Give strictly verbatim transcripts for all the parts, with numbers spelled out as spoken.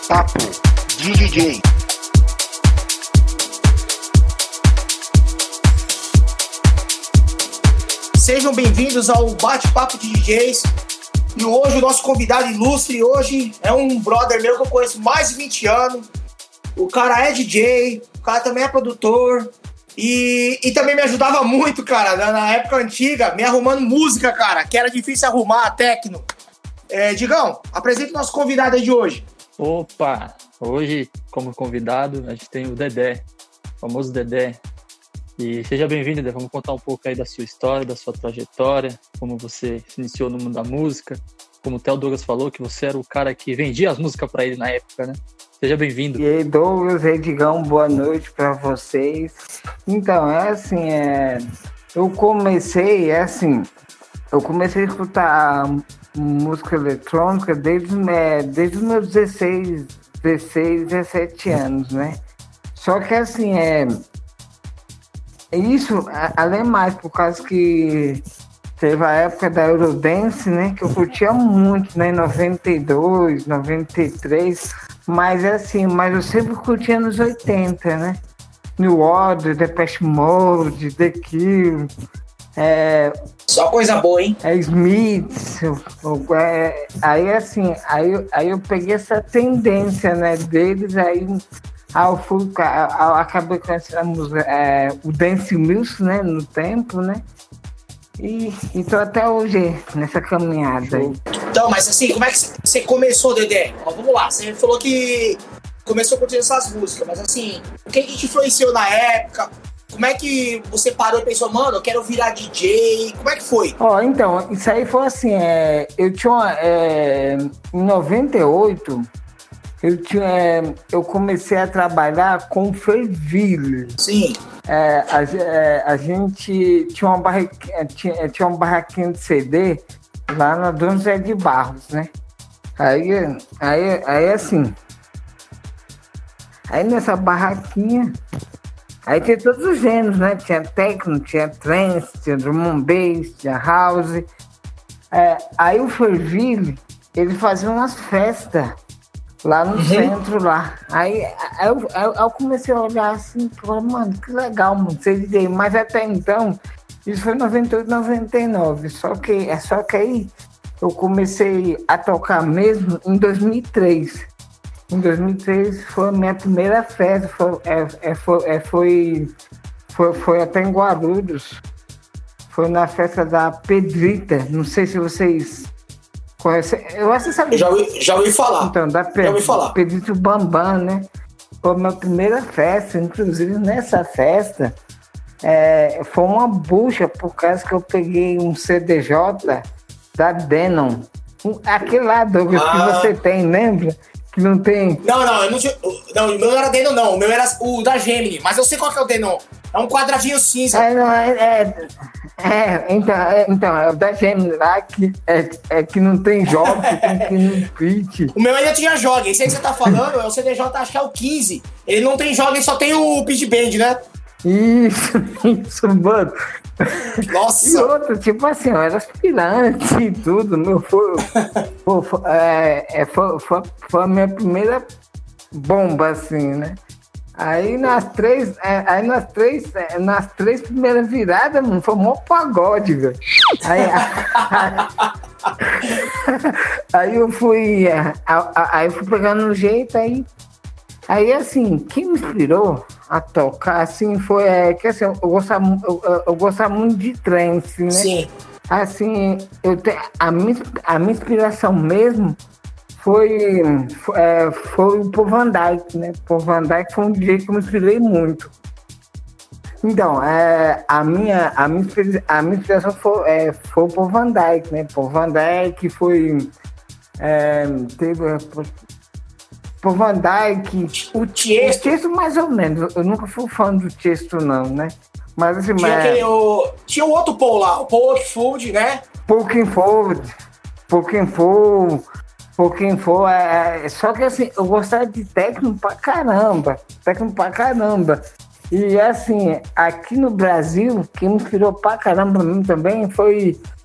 Bate-papo de D J. Sejam bem-vindos ao Bate-papo de D Js. E hoje o nosso convidado ilustre hoje é um brother meu que eu conheço há mais de vinte anos. O cara é D J, o cara também é produtor. E, e também me ajudava muito, cara, na, na época antiga, me arrumando música, cara, que era difícil arrumar, techno. É, Digão, apresenta o nosso convidado aí de hoje. Opa, hoje, como convidado, a gente tem o Dedé, o famoso Dedé. E seja bem-vindo, Dedé. Vamos contar um pouco aí da sua história, da sua trajetória, como você se iniciou no mundo da música, como o Theo Douglas falou, que você era o cara que vendia as músicas pra ele na época, né? Seja bem-vindo. E aí, Douglas e Digão, boa noite para vocês. Então, é assim, é... eu comecei, é assim, eu comecei a escutar música eletrônica desde, é, desde os meus dezesseis, dezesseis, dezessete anos, né? Só que, assim, é... isso, além mais, por causa que teve a época da Eurodance, né? Que eu curtia muito, né? Em noventa e dois, noventa e três... Mas é assim, mas eu sempre curti anos oitenta, né? New Order, Depeche Mode, The Cure. É, Só coisa boa, hein? É Smiths. É, aí assim, aí, aí eu peguei essa tendência, né, deles, aí, aí eu, fui, eu acabei conhecendo a música, é, o Dance Music, né, no tempo, né? E, e tô até hoje nessa caminhada aí. Então, mas assim, como é que você começou, Dedé? Ó, vamos lá, você falou que começou a curtir essas músicas, mas assim, o que, que te influenciou na época? Como é que você parou e pensou, mano, eu quero virar D J? Como é que foi? Ó, oh, então, isso aí foi assim, é, eu tinha uma, é, em noventa e oito, eu, tinha, é, eu comecei a trabalhar com o Ferville. Sim. É, a, é, a gente tinha uma, barraquinha, tinha, tinha uma barraquinha de C D lá na Dom José de Barros, né? Aí, aí, aí assim, aí nessa barraquinha, aí tinha todos os gêneros, né? Tinha techno, tinha trance, tinha drum and bass, tinha house. É, aí o Ferville, ele fazia umas festas lá no uhum. centro, lá. Aí, aí, eu, aí eu comecei a olhar assim, falei, mano, que legal, mano, você dizer. Mas até então, isso foi em noventa e oito, noventa e nove. Só que, é só que aí eu comecei a tocar mesmo em dois mil e três. Em dois mil e três foi a minha primeira festa, foi, é, é, foi, é, foi, foi, foi até em Guarulhos. Foi na festa da Pedrita, não sei se vocês... Conhece, eu acho que sabe. Já ouvi, já ouvi falar. Então, da Pe- já ouvi falar. Pedrito Bambam, né? Foi a minha primeira festa. Inclusive, nessa festa, é, foi uma bucha, por causa que eu peguei um C D J da Denon. Um, aquele lá, Douglas, ah. que você tem, lembra? Que não tem. Não, não, eu não tinha. Não, o meu não era Denon, não. O meu era o da Gemini. Mas eu sei qual que é o Denon. É um quadradinho cinza. É, não, é. é... É, então, é, então, é o da Gemini lá que, é, é que não tem jogo, tem que não fit. O meu ainda tinha jogo, esse aí que você tá falando é o C D J, acho que é o quinze. Ele não tem jogo, ele só tem o pitch bend, né? Isso, isso, mano. Nossa! E outro, tipo assim, eu era aspirante e tudo, meu, foi, foi, foi, é, foi, foi, foi a minha primeira bomba, assim, né? Aí nas três, é, aí nas três, é, nas três primeiras viradas, mano, foi mó pagode, velho. Aí, aí eu fui, é, aí eu fui pegando um jeito, aí, aí assim, quem me inspirou a tocar, assim, foi, é, que assim, eu gostava, eu, eu, eu gostava muito de trance, né? Sim. Assim, eu te, a, minha, a minha inspiração mesmo Foi, é, foi o Paul Van Dyke, né? Paul Van Dyke foi um D J que eu me inspirei muito. Então, é, a, minha, a, minha, a minha inspiração foi, é, foi o Paul Van Dyke, né? Paul Van Dyke foi... É, teve... Paul Van Dyke... O Tiesto. O Tiesto, mais ou menos. Eu nunca fui fã do Tiesto, não, né? Mas assim... Tinha, mas... aquele, o, tinha o outro Paul lá, o Paul Oakfold, né? Paul Oakfold. Paul Oakfold... Pouquinho for, é, é, só que assim, eu gostava de techno pra caramba, techno pra caramba. E assim, aqui no Brasil, quem me inspirou pra caramba pra mim também foi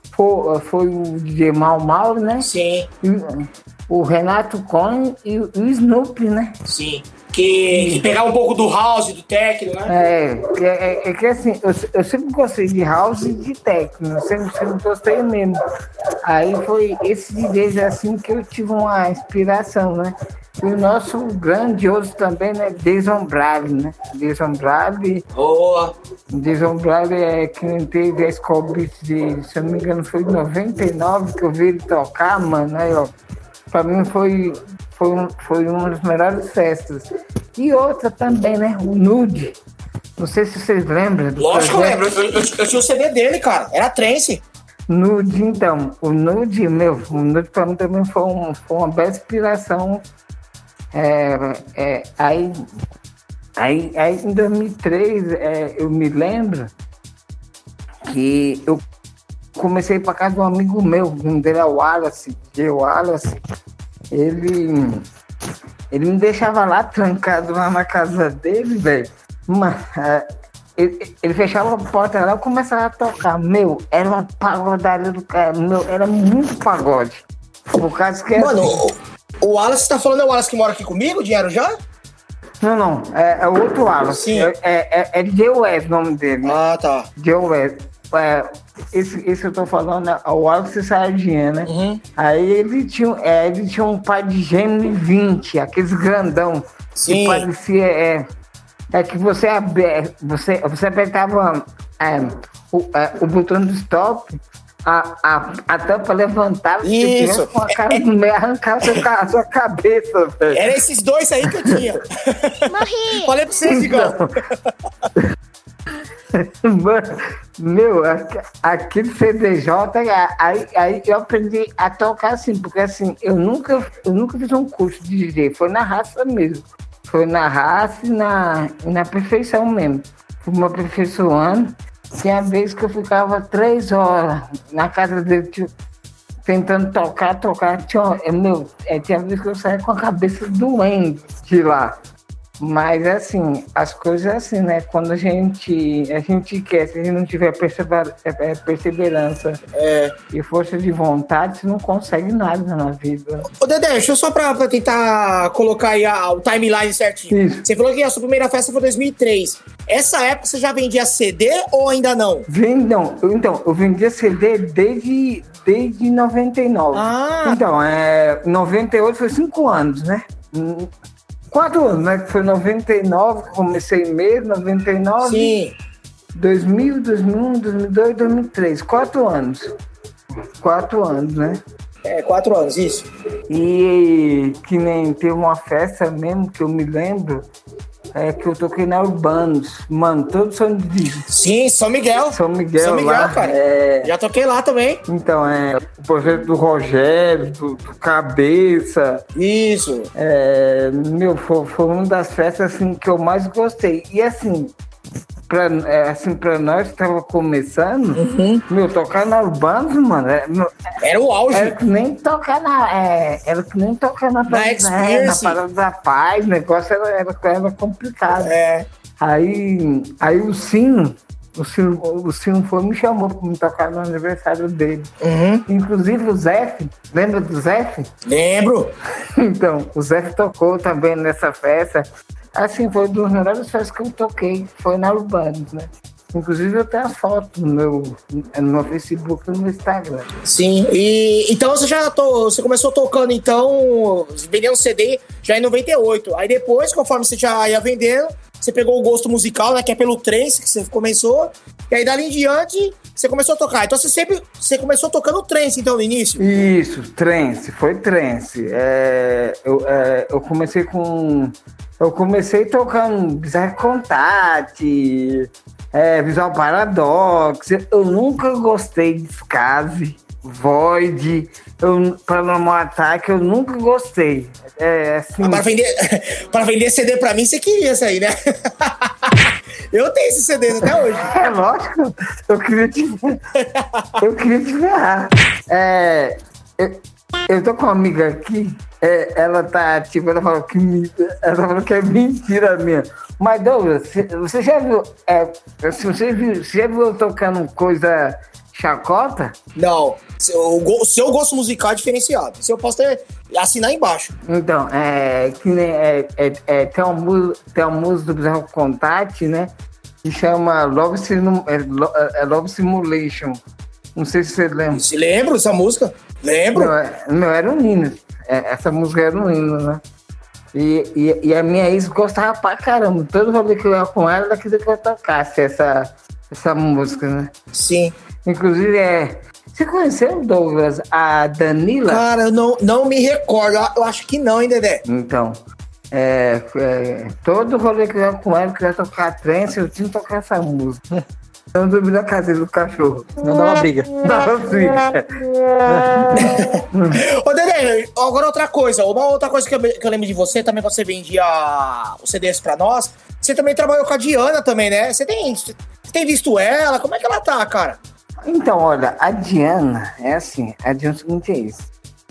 foi, foi o D J Mau Mau, né? Sim. E, o Renato Cohen e o Snoopy, né? Sim. Que, que pegar um pouco do house, do techno, né? É, é, é que assim, eu, eu sempre gostei de house e de techno, eu sempre, sempre gostei mesmo. Aí foi esse D Js assim que eu tive uma inspiração, né? E o nosso grandioso também, né? Jason Bradley, né? Jason Bradley. Boa! Jason Bradley é quem teve a Skull Beats de, se eu não me engano, foi em noventa e nove que eu vi ele tocar, mano. Aí, ó, pra mim foi. Foi, um, foi uma das melhores festas. E outra também, né? O Nude. Não sei se vocês lembram. Do Lógico que eu lembro. Eu, eu, eu tinha o C D dele, cara. Era trance. Nude, então. O Nude, meu, o Nude pra mim também foi, um, foi uma bela inspiração. É, é, aí, aí, aí, em dois mil e três, é, eu me lembro que eu comecei para casa de um amigo meu, o nome dele é o Wallace, o Wallace. Ele, ele me deixava lá trancado lá na casa dele, velho. Mas ele, ele fechava a porta lá e começava a tocar. Meu, era uma pagodaria do cara. Meu, era muito pagode. Por causa que. Mano, assim, o, o Wallace, você tá falando é o Wallace que mora aqui comigo, Dinheiro já? Não, não, é, é outro Wallace. Sim. É, é, é D J West o nome dele. Ah, tá. D J West. É, esse, esse que eu tô falando é o Wallace Sardinha, né? Uhum. Aí ele tinha, é, ele tinha um par de Gemini vinte, aqueles grandão. Sim. Que parecia. É, é que você, abe- você, você apertava é, o, é, o botão do stop, a, a, a tampa levantava, se Isso. tivesse com a cara no meio, arrancava a sua cabeça, velho. Era esses dois aí que eu tinha. Morri! Falei pra vocês, Digão. Mano, meu, aquele C D J, aí, aí eu aprendi a tocar assim, porque assim, eu nunca, eu nunca fiz um curso de D J, foi na raça mesmo. Foi na raça e na, e na perfeição mesmo. Fui me aperfeiçoando. Tinha vez que eu ficava três horas na casa dele, tipo, tentando tocar, tocar. Tinha, meu, é, tinha vez que eu saía com a cabeça doendo de lá. Mas, assim, as coisas assim, né? Quando a gente, a gente quer, se a gente não tiver persever, é, perseverança É. e força de vontade, você não consegue nada na vida. Ô, Dedé, deixa eu só pra, pra tentar colocar aí a, o timeline certinho. Isso. Você falou que a sua primeira festa foi em dois mil e três. Essa época você já vendia C D ou ainda não? Vem, não, eu, então, eu vendia C D desde, desde noventa e nove. Ah. Então, é, noventa e oito foi cinco anos, né? Hum, Quatro anos, né? Foi noventa e nove que comecei mesmo, noventa e nove. Sim. dois mil, dois mil e um, dois mil e dois, dois mil e três. Quatro anos. Quatro anos, né? É, quatro anos, isso. E que nem teve uma festa mesmo que eu me lembro, é que eu toquei na Urbanos. Mano, todo som de Sim, São Miguel. São Miguel, São Miguel, lá, cara. é... Já toquei lá também. Então, é o projeto do Rogério, do, do Cabeça. Isso. É, meu, foi, foi uma das festas assim, que eu mais gostei. E assim, pra, é, assim, pra nós que tava começando, Uhum. meu, tocar na Urbanos, mano, é, meu, Era o auge. era que nem tocar na. É, era que nem tocar na, Na é, na Experience. Parada da Paz, o negócio era, era, era complicado. É. Aí, aí o Sino, o Sino, o Sino foi me chamou pra me tocar no aniversário dele. Uhum. Inclusive o Zé, lembra do Zé? Lembro. Então, o Zé tocou também nessa festa. Assim, foi uma das melhores festas que eu toquei. Foi na Urbanos, né? Inclusive eu tenho as fotos no meu, no meu Facebook e no meu Instagram. Sim. E então você já to, você começou tocando, então, vendendo C D já em noventa e oito. Aí depois, conforme você já ia vendendo, você pegou o gosto musical, né? Que é pelo trance que você começou. E aí dali em diante, você começou a tocar. Então você sempre você começou tocando trance, então, no início? Isso, trance, foi trance. É, eu, é, eu comecei com. Eu comecei tocando Bizarre Contact, é, Visual Paradox. Eu nunca gostei de Skazi, Void, eu, Paranormal Attack, eu nunca gostei. É, assim, Ah, para vender, para vender C D pra mim, você queria isso aí, né? Eu tenho esses C Ds até hoje. É lógico, eu queria te, eu queria te ferrar. É, eu, eu tô com uma amiga aqui, é, ela tá, tipo, ela falou que, me, ela falou que é mentira minha. Mas, Douglas, você já viu, é, se você viu, você já viu eu tocando coisa, Chacota? Não. O seu gosto musical é diferenciado. Se eu posso ter, assinar embaixo. Então, é, que nem, é, é, é, tem, uma, tem uma música do Bizarro Contact, né? Que chama Love, Sim, é, é Love Simulation. Não sei se você lembra. Se lembra essa música? Lembro. Não, não era um hino. É, essa música era um hino, né? E, e, e a minha ex gostava pra caramba. Todo rolê que eu ia com ela, ela queria que eu tocasse essa, essa música, né? Sim. Inclusive, é... Você conheceu, Douglas, a Danila? Cara, eu não, não me recordo. Eu acho que não, hein, Dedé? Então, é, é, todo rolê que eu ia com ela, que eu ia tocar trance, eu tinha que tocar essa música. Eu não dormi na cadeira do cachorro. Não dava briga. Dava briga. Ô, Dedé, agora outra coisa. Uma outra coisa que eu, que eu lembro de você, também quando você vendia o C Ds pra nós, você também trabalhou com a Diana também, né? Você tem, você tem visto ela? Como é que ela tá, cara? Então, olha, a Diana, é assim, a Diana é o seguinte, é isso.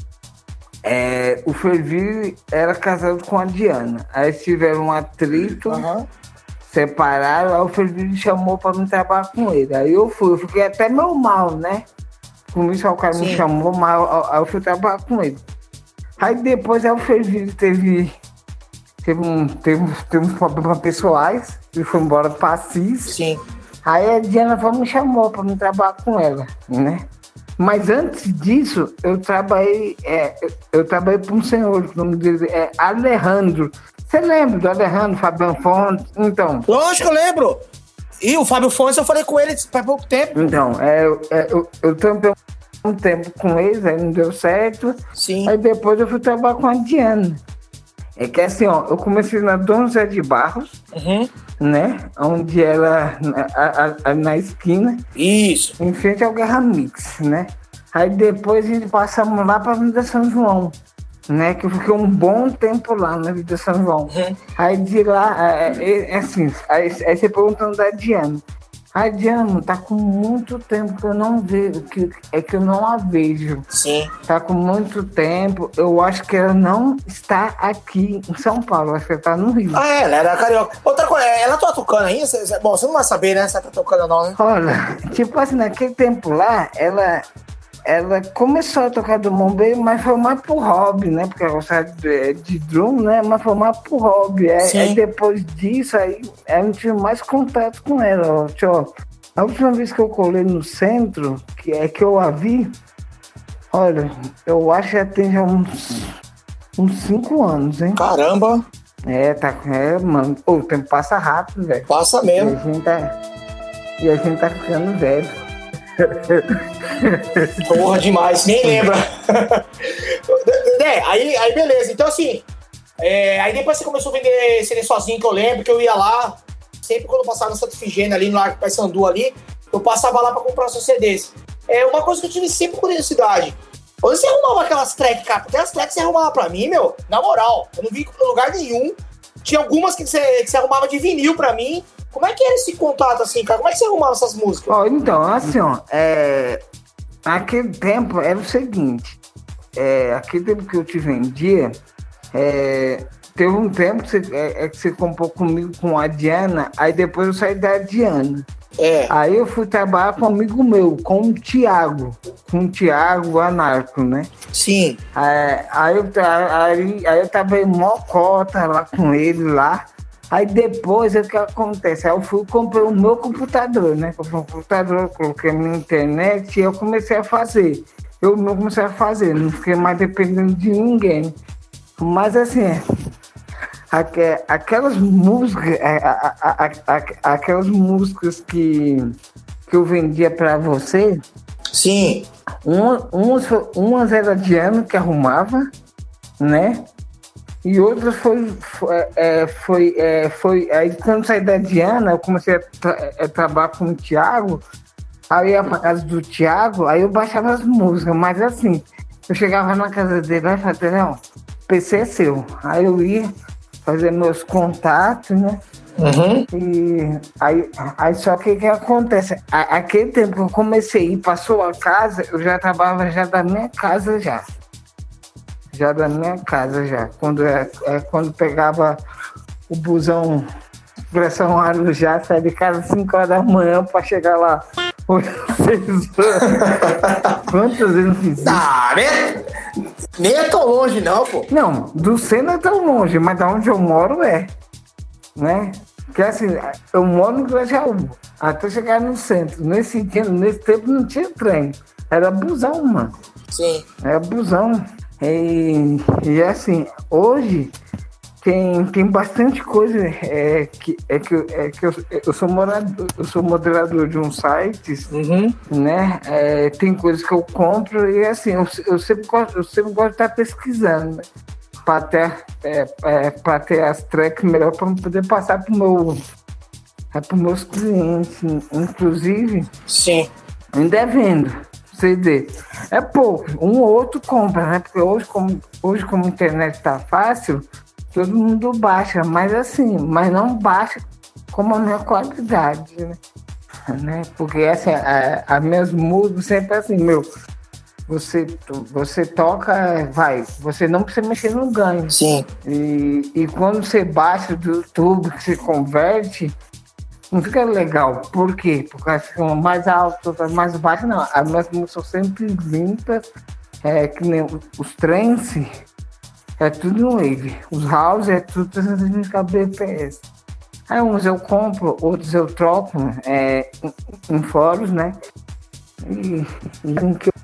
É, o Ferville era casado com a Diana. Aí tiveram um atrito, Uhum. separaram, aí o Ferville me chamou pra me trabalhar com ele. Aí eu fui, eu fiquei até meio mal, né? Com isso, o cara Sim. me chamou, mas aí eu fui trabalhar com ele. Aí depois aí o Ferville teve, teve, um, teve, teve uns problemas pessoais, ele foi embora pra Assis. Sim. Aí a Diana foi, me chamou para me trabalhar com ela, né? Mas antes disso, eu trabalhei, é, eu, eu trabalhei para um senhor, o nome dele é Alejandro. Você lembra do Alejandro, Fabiano Fontes? Então. Lógico, eu lembro. E o Fábio Fontes, eu falei com ele faz pouco tempo. Então, é, é, eu, eu trampei um tempo com eles, aí não deu certo. Sim. Aí depois eu fui trabalhar com a Diana. É que assim, ó, eu comecei na Dona Zé de Barros, Uhum. né? Onde ela, a, a, na esquina, Isso. em frente ao Guerra Mix, né? Aí depois a gente passamos lá para a Avenida São João, né? Que eu fiquei um bom tempo lá na Avenida São João. Uhum. Aí de lá, é, é, é assim, aí, aí você perguntando da Diana. A Diana tá com muito tempo que eu não vejo, que, é que eu não a vejo. Sim. Tá com muito tempo. Eu acho que ela não está aqui em São Paulo, acho que ela tá no Rio. Ah, é, ela era carioca. Outra coisa, ela tá tocando ainda? Cê, cê, bom, você não vai saber, né, se ela tá tocando ou não, né? Olha, tipo assim, naquele tempo lá, ela, ela começou a tocar do bombeiro, mas foi mais pro hobby, né? Porque ela gostava de, de drum, né? Mas foi mais pro hobby. Aí, aí depois disso, aí eu não tive mais contato com ela. Ó. Tchau. A última vez que eu colei no centro, que é que eu a vi, olha, eu acho que já tem já uns, uns cinco anos, hein? Caramba. É, tá. É, mano. Pô, o tempo passa rápido, velho. Passa E mesmo. a gente tá, e a gente tá ficando velho. Porra, demais, nem lembra. É, aí, aí beleza. Então, assim, é, aí depois você começou a vender C D sozinho, que eu lembro que eu ia lá, sempre quando eu passava no Santa Efigênia, ali no Largo Paissandu ali, eu passava lá pra comprar os seus C Ds. É uma coisa que eu tive sempre curiosidade. Onde você arrumava aquelas tracks, cara? Porque as tracks você arrumava pra mim, meu, na moral, eu não vi em lugar nenhum. Tinha algumas que você, que você arrumava de vinil pra mim. Como é que era esse contato, assim, cara? Como é que você arrumava essas músicas? Ó, então, assim, ó, é, naquele tempo era o seguinte, é, aquele tempo que eu te vendia, é, teve um tempo que você, é, é que você comprou comigo com a Diana, aí depois eu saí da Diana. É. Aí eu fui trabalhar com um amigo meu, com o Thiago, com o Thiago Anarco, né? Sim. É, aí, eu, aí, aí eu tava em mocota lá com ele lá. Aí depois, o que acontece? Aí eu fui e comprei o meu computador, né? Comprei um computador, coloquei na internet e eu comecei a fazer. Eu não comecei a fazer, não fiquei mais dependendo de ninguém. Mas assim, aqu aquelas músicas, a, a, a, a, aquelas músicas que, que eu vendia pra você, sim. Uma, umas, umas era Diana que arrumava, né? E outras foi, foi, é, foi, é, foi... Aí quando eu saí da Diana, eu comecei a, tra a trabalhar com o Thiago. Aí eu ia pra casa do Thiago, aí eu baixava as músicas. Mas assim, eu chegava na casa dele e falava, não, o P C é seu. Aí eu ia fazer meus contatos, né? Uhum. E aí, aí só que o que acontece? A, aquele tempo que eu comecei a ir pra sua casa, eu já trabalhava já da minha casa já. Já da minha casa já. Quando, é, é, quando pegava o busão Pressão Arujá, saia de casa às cinco horas da manhã pra chegar lá dezesseis anos. Quantas vezes eu não fiz isso? Ah, nem, nem é tão longe, não, pô. Não, do centro é tão longe, mas da onde eu moro é. Né? Porque assim, eu moro no Grajaú, até chegar no centro. Nesse, nesse tempo não tinha trem. Era busão, mano. Sim. Era busão. E, e assim, hoje tem, tem bastante coisa. É que, é que, é que eu, eu, sou morador, eu sou moderador de um site, uhum. né? É, tem coisas que eu compro e assim, eu, eu, sempre, gosto, eu sempre gosto de estar pesquisando, né? Para ter, é, é, para ter as tracks melhor para poder passar para meu, é, os meus clientes. Inclusive, sim, ainda vendo C D. É pouco, um ou outro compra, né? Porque hoje, como, hoje, como a internet tá fácil, todo mundo baixa, mas assim, mas não baixa como a minha qualidade, né? né? Porque assim, as minhas músicas sempre assim, meu. Você, você toca, vai, você não precisa mexer no ganho. Sim. E, e quando você baixa do YouTube, que você converte, não fica legal. Por quê? Porque elas ficam mais altas, mais baixas, não. As minhas músicas são sempre limpas, é, que nem os trance, é tudo no wave. Os house é tudo trezentos e vinte B P S. Aí uns eu compro, outros eu troco é, em, em fóruns, né? E, e em que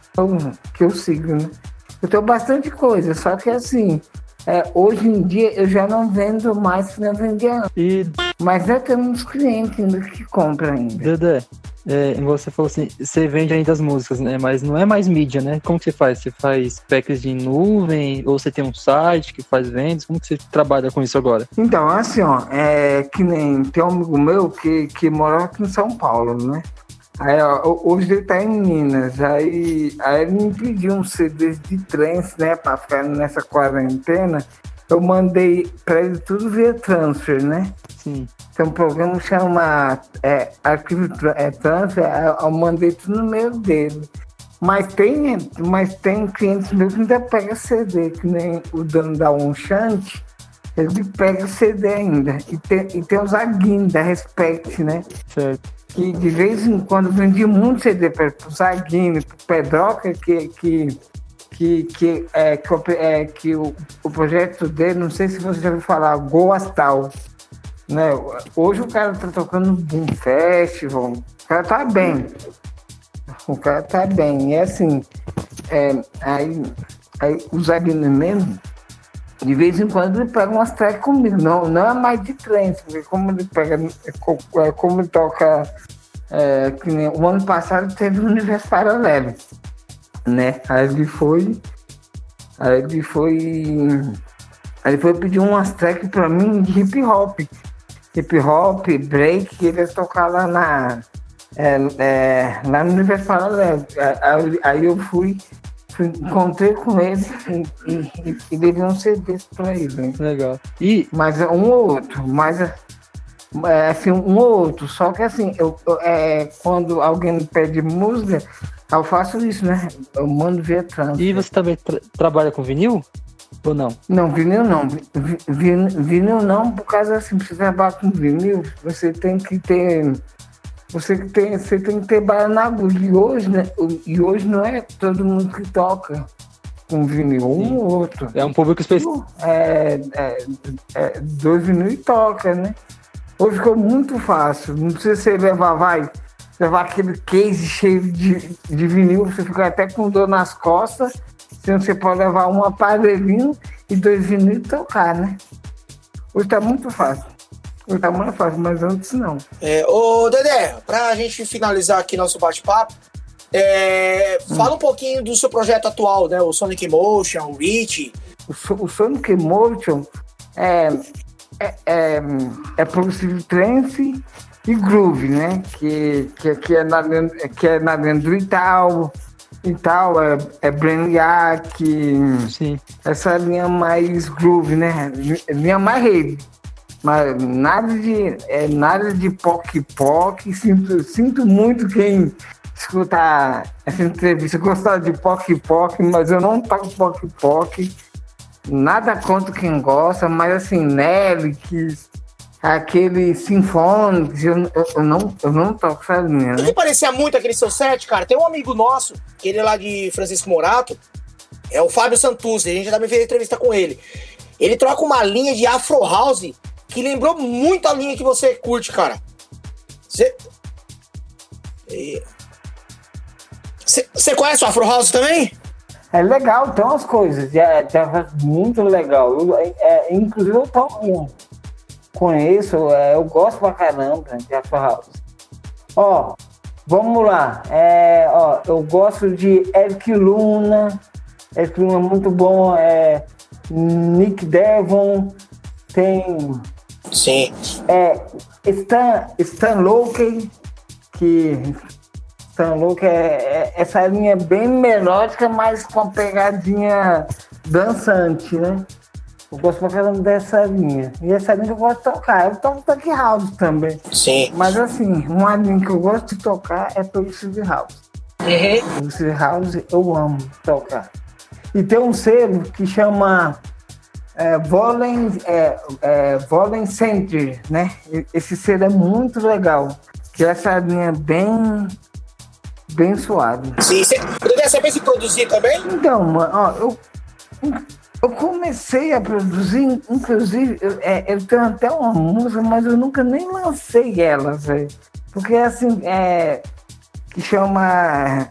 que eu sigo, né? Eu tenho bastante coisa, só que assim, é, hoje em dia eu já não vendo mais que não vendia antes. E... Mas é temos clientes ainda que compram ainda. Dedé, é, você falou assim, você vende ainda as músicas, né? Mas não é mais mídia, né? Como que você faz? Você faz packs de nuvem? Ou você tem um site que faz vendas? Como que você trabalha com isso agora? Então, assim, ó, é que nem tem um amigo meu que, que mora aqui em São Paulo, né? Aí, ó, hoje ele tá em Minas, aí, aí ele me pediu um C D de trance, né, pra ficar nessa quarentena. Eu mandei pra ele tudo via transfer, né? Sim. Tem um programa que chama é, Arquivo é, Transfer, eu mandei tudo no meio dele. Mas tem, mas tem clientes meus que ainda pegam C D, que nem o dono da Onchante, ele pega C D ainda. E tem, e tem os Aguin da Respect, né? Certo. Que de vez em quando vendi muito C D para o Zaguini, para o Pedroca, que, que, que, que, é, que, é, que o, o projeto dele, não sei se você já ouviu falar, Go Astal. Né? Hoje o cara tá tocando Boom Festival, o cara tá bem. O cara tá bem. E assim, é, aí, aí o Zaguini mesmo, de vez em quando ele pega umas tracks comigo, não, não é mais de trance, porque como ele pega, como ele toca, é, que nem, o ano passado teve um universo paralelo, né? Aí ele foi, aí ele foi, aí ele foi pedir umas tracks pra mim de hip hop, hip hop, break, que ele ia tocar lá na, é, é, lá no universo paralelo. Aí, aí eu fui, encontrei com ele e, e, e levei um C D pra ele. Hein? Legal. E... Mas um ou outro, mas é, assim, um ou outro. Só que assim, eu, eu, é, quando alguém me pede música, eu faço isso, né? Eu mando via transfer. E você também tra- trabalha com vinil? Ou não? Não, vinil não. Vinil, vinil não, por causa assim, pra você trabalhar com vinil, você tem que ter. Você tem, você tem que ter bala na agulha. E hoje, né? E hoje não é todo mundo que toca com vinil, um ou outro. É um público específico. É, é, é, dois vinil e toca, né? Hoje ficou muito fácil. Não precisa você levar, vai, levar aquele case cheio de, de vinil, você fica até com dor nas costas. Senão você pode levar um aparelhinho e dois vinil e tocar, né? Hoje tá muito fácil. Hoje tá muito fácil, mas antes não. É, ô, Dedé, pra gente finalizar aqui nosso bate-papo, é, hum. fala um pouquinho do seu projeto atual, né? O Sonic Motion, o Reach. O, o Sonic Motion é, é, é, é progressive trance e groove, né? Que, que, que é na que é na dentro e tal. E tal, é, é Brainiac, sim. Essa linha mais groove, né? Linha mais rave. Mas nada de, é, nada de poc-poc. Sinto, sinto muito quem escuta essa entrevista gostar de poc-poc, mas eu não toco poc-poc. Nada contra quem gosta, mas assim, Nelly, que, aquele sinfônico, eu, eu, eu, não, eu não toco essa linha, né? Que parecia muito aquele seu set, cara. Tem um amigo nosso, que ele é lá de Francisco Morato, é o Fábio Santuzzi, a gente já também fez entrevista com ele. Ele troca uma linha de Afro House que lembrou muito a linha que você curte, cara. Você... Você conhece o Afro House também? É legal, tem umas coisas, é, é muito legal. Eu, é, inclusive eu toco, conheço, é, eu gosto pra caramba de Afro House. Ó, vamos lá. É, ó, eu gosto de Eric Luna, Eric Luna é muito bom, é, Nick Devon, tem... Sim. É, Stan, Stan Locke, que... Stan Locke é, é essa linha bem melódica, mas com pegadinha dançante, né? Eu gosto pra caramba dessa linha. E essa linha que eu gosto de tocar. Eu toco Tech House também. Sim. Mas assim, uma linha que eu gosto de tocar é Progressive House. Uhum. Progressive House eu amo tocar. E tem um selo que chama é, Volen, é, é, Volen Center, né? Esse selo é muito legal. Que essa linha bem... bem suave. Sim, você, você pensa em produzir também? Então, mano, ó, eu, eu comecei a produzir, inclusive, eu, é, eu tenho até uma música, mas eu nunca nem lancei ela, velho. Porque, assim, é... que chama...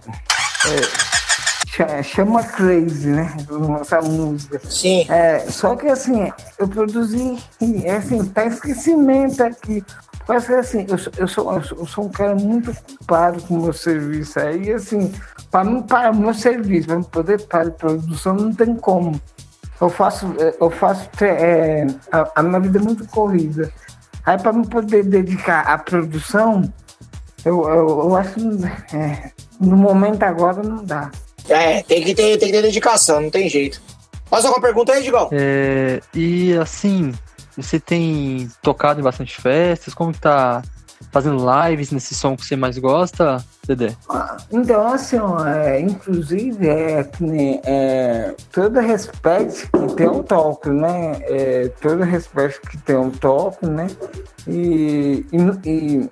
É, chama Crazy, né? Essa música. Sim. É, só que, assim, eu produzi, é, assim, tá esquecimento aqui. Mas assim, eu sou, eu, sou, eu sou um cara muito ocupado com o meu serviço. Aí, assim, para mim, para o meu serviço, para poder parar de produção, não tem como. Eu faço, eu faço é, a, a minha vida é muito corrida. Aí, para mim poder dedicar à produção, eu, eu, eu acho que é, no momento agora não dá. É, tem que ter, tem que ter dedicação, não tem jeito. Faz alguma pergunta aí, Digão? É, e assim... Você tem tocado em bastante festas? Como que tá fazendo lives nesse som que você mais gosta, Dedé? Então, assim, ó, é, inclusive, é, é, todo respeito que tem um toque, né? É, todo respeito que tem um toque, né? E, e, e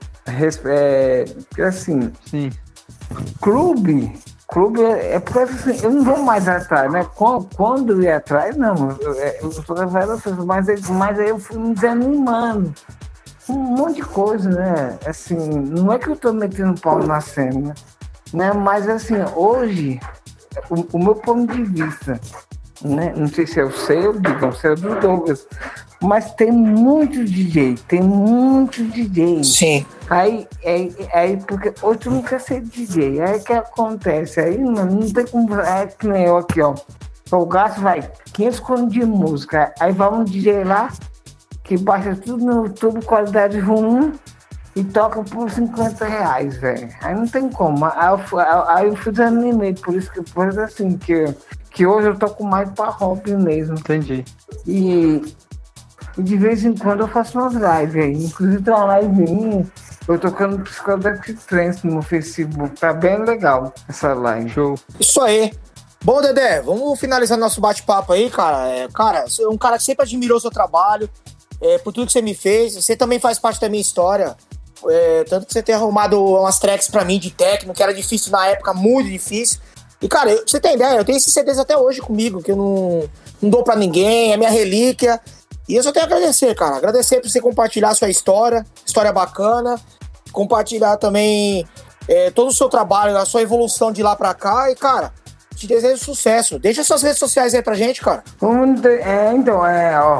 é, assim, sim. Clube... Clube é porque assim, eu não vou mais atrás, né? Quando, quando eu ia atrás, não, eu, eu sou velha, mas, mas aí eu fui me desanimando. Um monte de coisa, né? Assim, não é que eu tô metendo pau na cena, né? Mas assim, hoje, o, o meu ponto de vista, né? Não sei se é o seu, digam, se é o do Douglas, mas tem muito D J, tem muito D J. Sim. Aí, aí, aí, porque outro não quer ser D J. Aí o que acontece? Aí não, não tem como. É que nem eu aqui, ó. O gasto vai quinhentos contos de música. Aí vai um D J lá que baixa tudo no YouTube, qualidade ruim, e toca por cinquenta reais, velho. Aí não tem como. Aí eu, aí eu fui desanimei, por isso que, por isso assim, que, que hoje eu toco mais pra hobby mesmo. Entendi. E, e de vez em quando eu faço umas lives aí. Inclusive tem uma live minha. Eu tocando Psychedelic Trance no Facebook, tá bem legal essa live. Show. Isso aí. Bom, Dedé, vamos finalizar nosso bate-papo aí, cara. É, cara, você é um cara que sempre admirou o seu trabalho, é, por tudo que você me fez. Você também faz parte da minha história. É, tanto que você tem arrumado umas tracks pra mim de techno, que era difícil na época, muito difícil. E, cara, eu, você tem ideia, eu tenho esses C Ds até hoje comigo, que eu não, não dou pra ninguém, é minha relíquia. E eu só tenho a agradecer, cara. Agradecer por você compartilhar a sua história, história bacana. Compartilhar também é, todo o seu trabalho, a sua evolução de lá pra cá. E, cara, te desejo sucesso. Deixa suas redes sociais aí pra gente, cara. É, então, é, ó.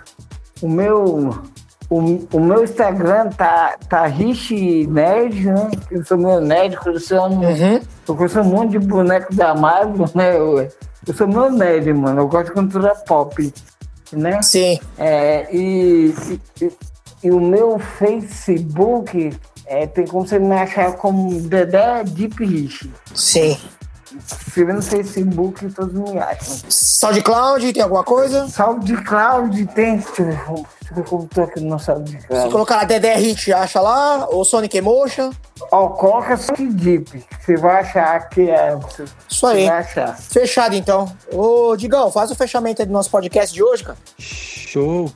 O meu, o, o meu Instagram tá, tá Rich Nerd, né? Eu sou meu nerd, coleciono, uhum. Eu coleciono um monte de boneco da Marvel, né? Eu, eu sou meu nerd, mano. Eu gosto de cultura pop, né? Sim. É, e, e, e o meu Facebook, é, tem como você me achar como Dedé Deep Rich. Sim. Se vê no Facebook, todos me acham. SoundCloud, tem alguma coisa? SoundCloud tem. Deixa eu ver, deixa eu ver como tô aqui no SoundCloud. Se colocar lá Dedé Hit, acha lá? Ou Sonic Emotion? Ó, coloca Sonic Deep. Você vai achar que é. Você, Isso aí. Você vai achar. Fechado então. Ô, Digão, faz o fechamento aí do nosso podcast de hoje, cara. Show.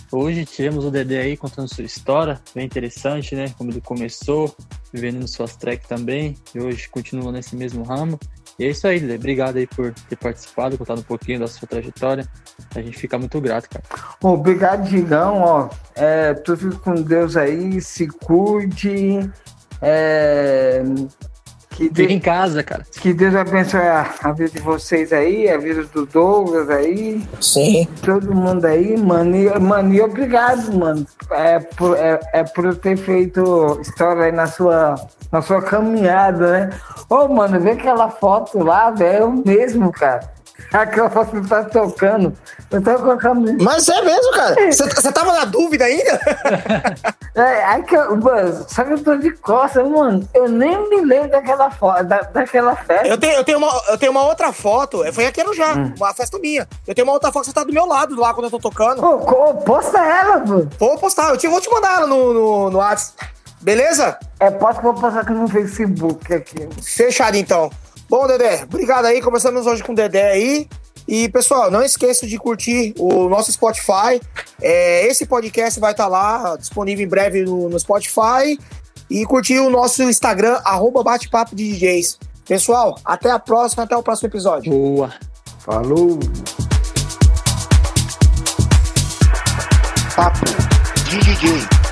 Hoje tivemos o Dedé aí contando sua história, bem interessante, né? Como ele começou, vivendo suas tracks também, e hoje continua nesse mesmo ramo. E é isso aí, Dedé. Obrigado aí por ter participado, contado um pouquinho da sua trajetória. A gente fica muito grato, cara. Obrigado, Digão. Ó, é, tu fica com Deus aí, se cuide. É, que Fica em casa, cara. Que Deus abençoe a, a vida de vocês aí, a vida do Douglas aí. Sim. Todo mundo aí, mano. E, mano, e obrigado, mano. É por, é, é por ter feito história aí na sua, na sua caminhada, né? Ô, mano, vê aquela foto lá, velho, eu mesmo, cara. Aquela foto que tá tocando. Eu tava com a camisa. Mas é mesmo, cara? Você tava na dúvida ainda? É, aí que eu, mano, só que eu tô de costas, mano. Eu nem me lembro daquela foto, da, daquela festa. Eu tenho, eu, tenho uma, eu tenho uma outra foto. Foi aqui no Já, hum. uma festa minha. Eu tenho uma outra foto que você tá do meu lado lá quando eu tô tocando. Pô, pô, posta ela, mano. Vou postar, eu te, vou te mandar ela no, no, no WhatsApp. Beleza? É, posso que eu vou postar aqui no Facebook aqui. Fechado então. Bom, Dedé, obrigado aí. Começamos hoje com o Dedé aí. E, pessoal, não esqueça de curtir o nosso Spotify. É, esse podcast vai estar lá, disponível em breve no, no Spotify. E curtir o nosso Instagram, arroba bate-papo de D Js. Pessoal, até a próxima, até o próximo episódio. Boa. Falou. Papo de D J.